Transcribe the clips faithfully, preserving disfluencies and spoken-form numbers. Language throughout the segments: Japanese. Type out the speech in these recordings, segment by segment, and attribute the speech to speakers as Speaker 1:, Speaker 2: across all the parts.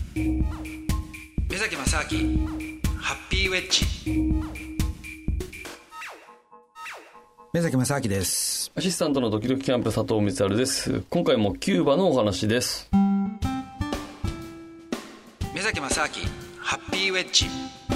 Speaker 1: 目崎正明ハッピーウェッジ。目崎正明です。
Speaker 2: アシスタントのドキドキキャンプ佐藤光晴です。今回もキューバのお話です。
Speaker 1: 目崎正明ハッピーウェッジ。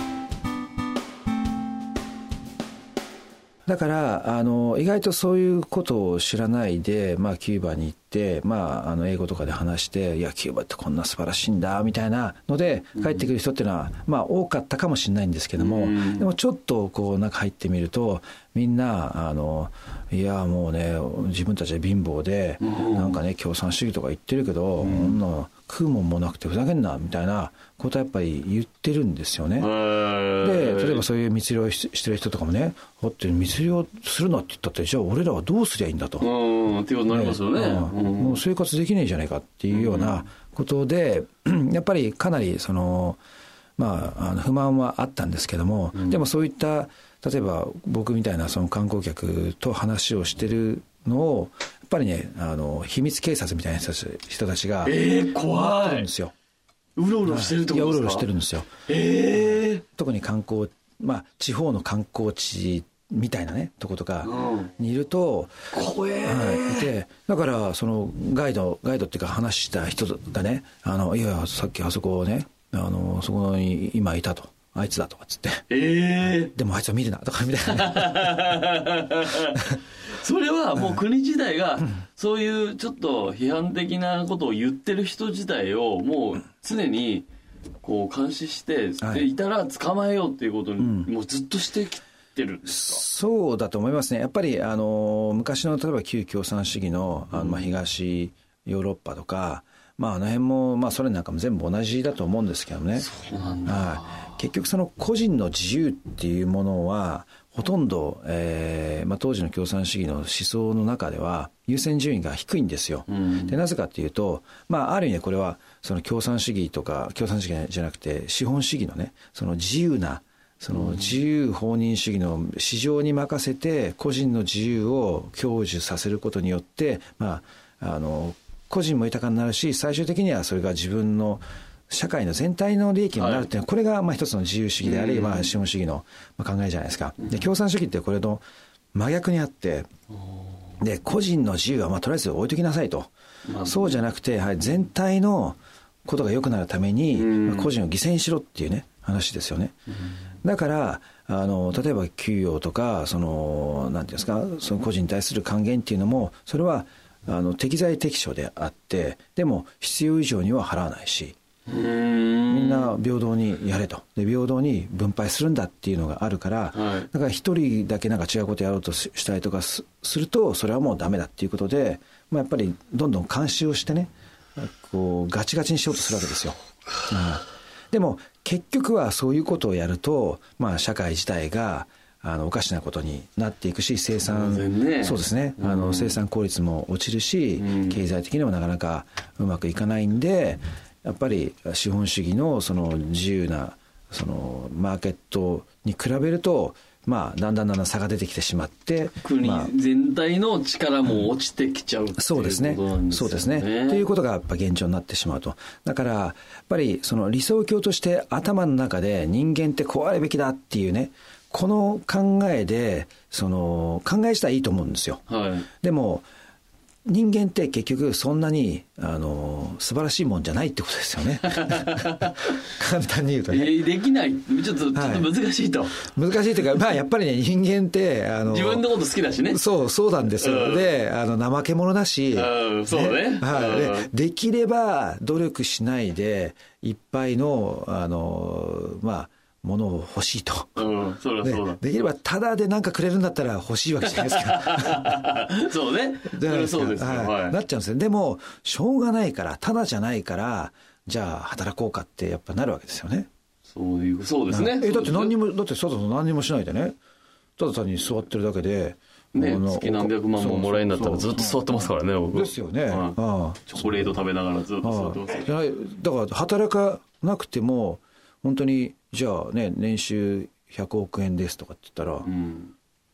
Speaker 1: だからあの意外とそういうことを知らないで、まあ、キューバに行って、まあ、あの英語とかで話して、いやキューバってこんな素晴らしいんだみたいなので帰ってくる人っていうのは、まあ、多かったかもしれないんですけども、でもちょっとこう中入ってみるとみんなあのいやもうね自分たちは貧乏でなんかね共産主義とか言ってるけど、こんな食うもんもなくてふざけんなみたいなことはやっぱり言ってるんですよね。で例えばそういう密漁してる人とかもね、だって密漁するなって言ったってじゃあ俺らはどうすりゃいいんだと、
Speaker 2: うんっていうことになりますよね。
Speaker 1: ね、うん、もう生活できねえじゃないかっていうようなことで、うん、やっぱりかなりその、まあ、あの不満はあったんですけども、うん、でもそういった例えば僕みたいなその観光客と話をしてるのをやっぱりねあの秘密警察みたいな人たち、人たちが
Speaker 2: えー、怖い
Speaker 1: るんですよ。
Speaker 2: うろうろしてるってことですか？いやうろうろしてるんですよ。えー、
Speaker 1: 特に観光、まあ、地方の観光地みたいなねとことかにいると、
Speaker 2: うん、怖えー、
Speaker 1: はい、いて、だからそのガイドガイドっていうか話した人がね、あのいやさっきあそこねあのそこに今いたと。あいつだとかっつって、
Speaker 2: えー、
Speaker 1: でもあいつは見るなとかみたいな
Speaker 2: それはもう国自体がそういうちょっと批判的なことを言ってる人自体をもう常にこう監視して、はい、でいたら捕まえようっていうことにもうずっとしてきてるんですか？
Speaker 1: そうだと思いますね。やっぱりあの昔の例えば旧共産主義の、あのまあ東ヨーロッパとか、まあ、あの辺も、まあ、ソ連なんかも全部同じだと思うんですけどね。
Speaker 2: そうなんだ。
Speaker 1: はい、結局その個人の自由っていうものはほとんど、えーまあ、当時の共産主義の思想の中では優先順位が低いんですよ。うん、でなぜかっていうと、まあ、ある意味でこれはその共産主義とか共産主義じゃなくて資本主義のねその自由なその自由放任主義の市場に任せて個人の自由を享受させることによって、まあ、あの個人も豊かになるし最終的にはそれが自分の社会の全体の利益になるっていうのは、はい、これがまあ一つの自由主義であり、まあ、資本主義の考えじゃないですか。で共産主義ってこれの真逆にあって、で個人の自由はまあとりあえず置いときなさいと、まあ、そうじゃなくて、はい、全体のことが良くなるために、まあ、個人を犠牲にしろっていうね話ですよね。だからあの例えば給与とかそのなんていうんですかその個人に対する還元っていうのもそれはあの適材適所であってでも必要以上には払わないし、うーんみんな平等にやれとで平等に分配するんだっていうのがあるから、はい、だから一人だけなんか違うことやろうとしたりとか す, するとそれはもうダメだっていうことで、まあ、やっぱりどんどん監視をしてねこうガチガチにしようとするわけですよ。うん、でも結局はそういうことをやると、まあ、社会自体があのおかしなことになっていくし生産、ね、そうですね、うん、あの生産効率も落ちるし、うん、経済的にもなかなかうまくいかないんでやっぱり資本主義のその自由なそのマーケットに比べると、まあ、だんだんだんだん差が出てきてしまって
Speaker 2: 国全体の力も落ちてきちゃうっていうことなんですよね。
Speaker 1: そうですね、そうですねということがやっぱ現状になってしまうと。だからやっぱりその理想郷として頭の中で人間ってこうあるべきだっていうねこの考えでその考え自体いいと思うんですよ。はい、でも人間って結局そんなにあの素晴らしいもんじゃないってことですよね。簡単に言うとね。
Speaker 2: できないちょっと、ちょっと難しいと。
Speaker 1: 難しいというかまあやっぱりね人間ってあの
Speaker 2: 自分のこと好きだしね。
Speaker 1: そうそうなんですよ。うん、であの怠け者だし、
Speaker 2: うん、そうね。
Speaker 1: はい、で, できれば努力しないでいっぱいのあのまあものを欲しいと、
Speaker 2: うん、そりゃそうだ。
Speaker 1: できればタダで何かくれるんだったら欲しいわけじゃないですか。
Speaker 2: そうね。
Speaker 1: じゃないですか。
Speaker 2: そうですよ、
Speaker 1: はい
Speaker 2: はい、
Speaker 1: なっちゃうんですよ。でもしょうがないからタダじゃないからじゃあ働こうかってやっぱなるわけですよね。
Speaker 2: そういうそうですね。
Speaker 1: えだって何にもだって外と何にもしないでねただ単に座ってるだけで。
Speaker 2: ね、月何百万ももらえるんだったらずっと座ってますからね。僕
Speaker 1: ですよね、
Speaker 2: はい、ああチョコレート食べながらずっと座ってますよ。
Speaker 1: だから働かなくても本当にじゃあね年収ひゃくおくえんですとかって言ったら、うん、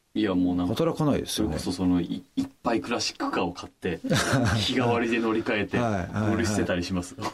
Speaker 2: いやもうなんか
Speaker 1: 働かないですよね。
Speaker 2: それこそその い, いっぱいクラシックカーを買って日替わりで乗り換えて乗り捨てたりします。な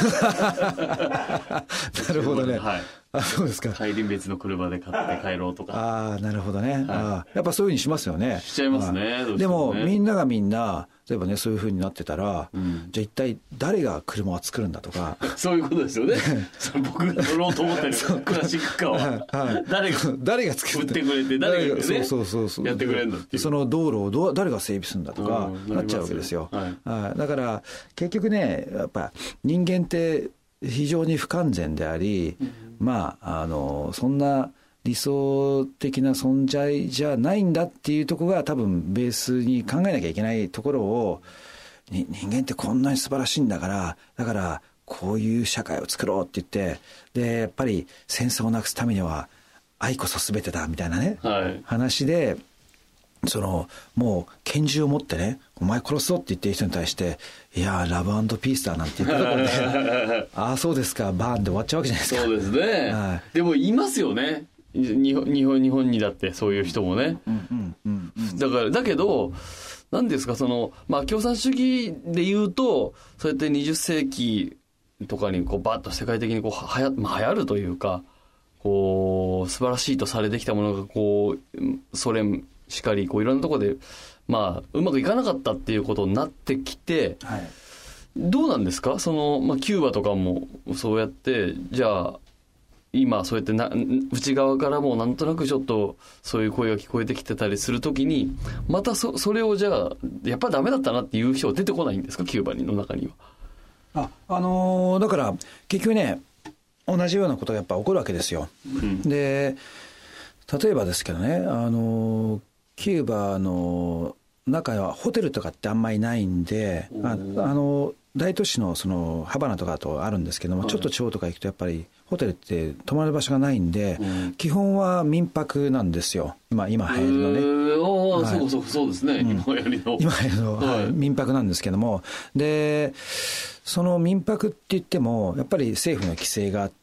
Speaker 1: るほどね。
Speaker 2: はい、
Speaker 1: あ、そうですか。
Speaker 2: 帰り別の車で買って帰ろうとか。
Speaker 1: ああ、なるほどね、はい、あ、やっぱそういうふうにしますよね。
Speaker 2: しちゃいますね。どうしてもね。
Speaker 1: でもみんながみんな例えばねそういうふうになってたら、
Speaker 2: うん、
Speaker 1: じゃあ一体誰が車を作るんだとか
Speaker 2: そういうことですよね。その僕が乗ろうと思ってるクラシックカーは、はい、誰が
Speaker 1: 誰が作
Speaker 2: ってくれて誰が、ね、
Speaker 1: そうそうそうそう
Speaker 2: やってくれるんだっていう、
Speaker 1: その道路をどう誰が整備するんだとか、うん、なっちゃうわけですよ、はい、だから結局ねやっぱ人間って非常に不完全であり、うん、まああのそんな理想的な存在じゃないんだっていうところが多分ベースに考えなきゃいけないところを、人間ってこんなに素晴らしいんだからだからこういう社会を作ろうって言ってでやっぱり戦争をなくすためには愛こそ全てだみたいなね、はい、話でそのもう拳銃を持ってねお前殺そうって言ってる人に対していやラブ&ピースだなんて言ったところでああそうですかバーンで終わっちゃうわけじゃないですか。
Speaker 2: そうですね、はい、でもいますよね日本、日本、日本にだってそういう人もね、うんうんうんうん、だからだけど何ですかその、まあ、共産主義で言うとそうやってにじゅっせいきとかにこうバッと世界的にこうはや、まあ、流行るというかこう素晴らしいとされてきたものがこうソ連しかりこういろんなところで、まあ、うまくいかなかったっていうことになってきて、はい、どうなんですかその、まあ、キューバとかもそうやってじゃあ今そうやってな内側からもなんとなくちょっとそういう声が聞こえてきてたりするときにまた そ, それをじゃあやっぱりダメだったなっていう人は出てこないんですかキューバの中に
Speaker 1: は。あ、あのー、だから結局ね同じようなことがやっぱ起こるわけですよ、うん、で例えばですけどねあのー、キューバの中はホテルとかってあんまりないんであ, あの大都市 の, そのハバナとかとあるんですけども、はい、ちょっと地方とか行くとやっぱりホテルって泊まる場所がないんで、うん、基本は民泊なんですよ。今今流行りのね。
Speaker 2: ああ、はい、そうそうそうですね。うん、今流行りの。
Speaker 1: 今流行りの、はい、民泊なんですけども、でその民泊って言ってもやっぱり政府の規制があって、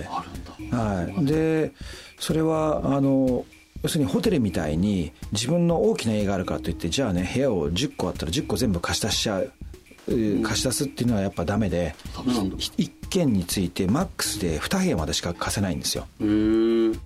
Speaker 2: あるんだ。
Speaker 1: はい。でそれはあの要するにホテルみたいに自分の大きな家があるからといってじゃあね部屋をじゅっこあったらじゅっこ全部貸し出しちゃう。貸し出すっていうのはやっぱダメで、いっけんについてマックスでに部屋までしか貸せないんですよ。へー。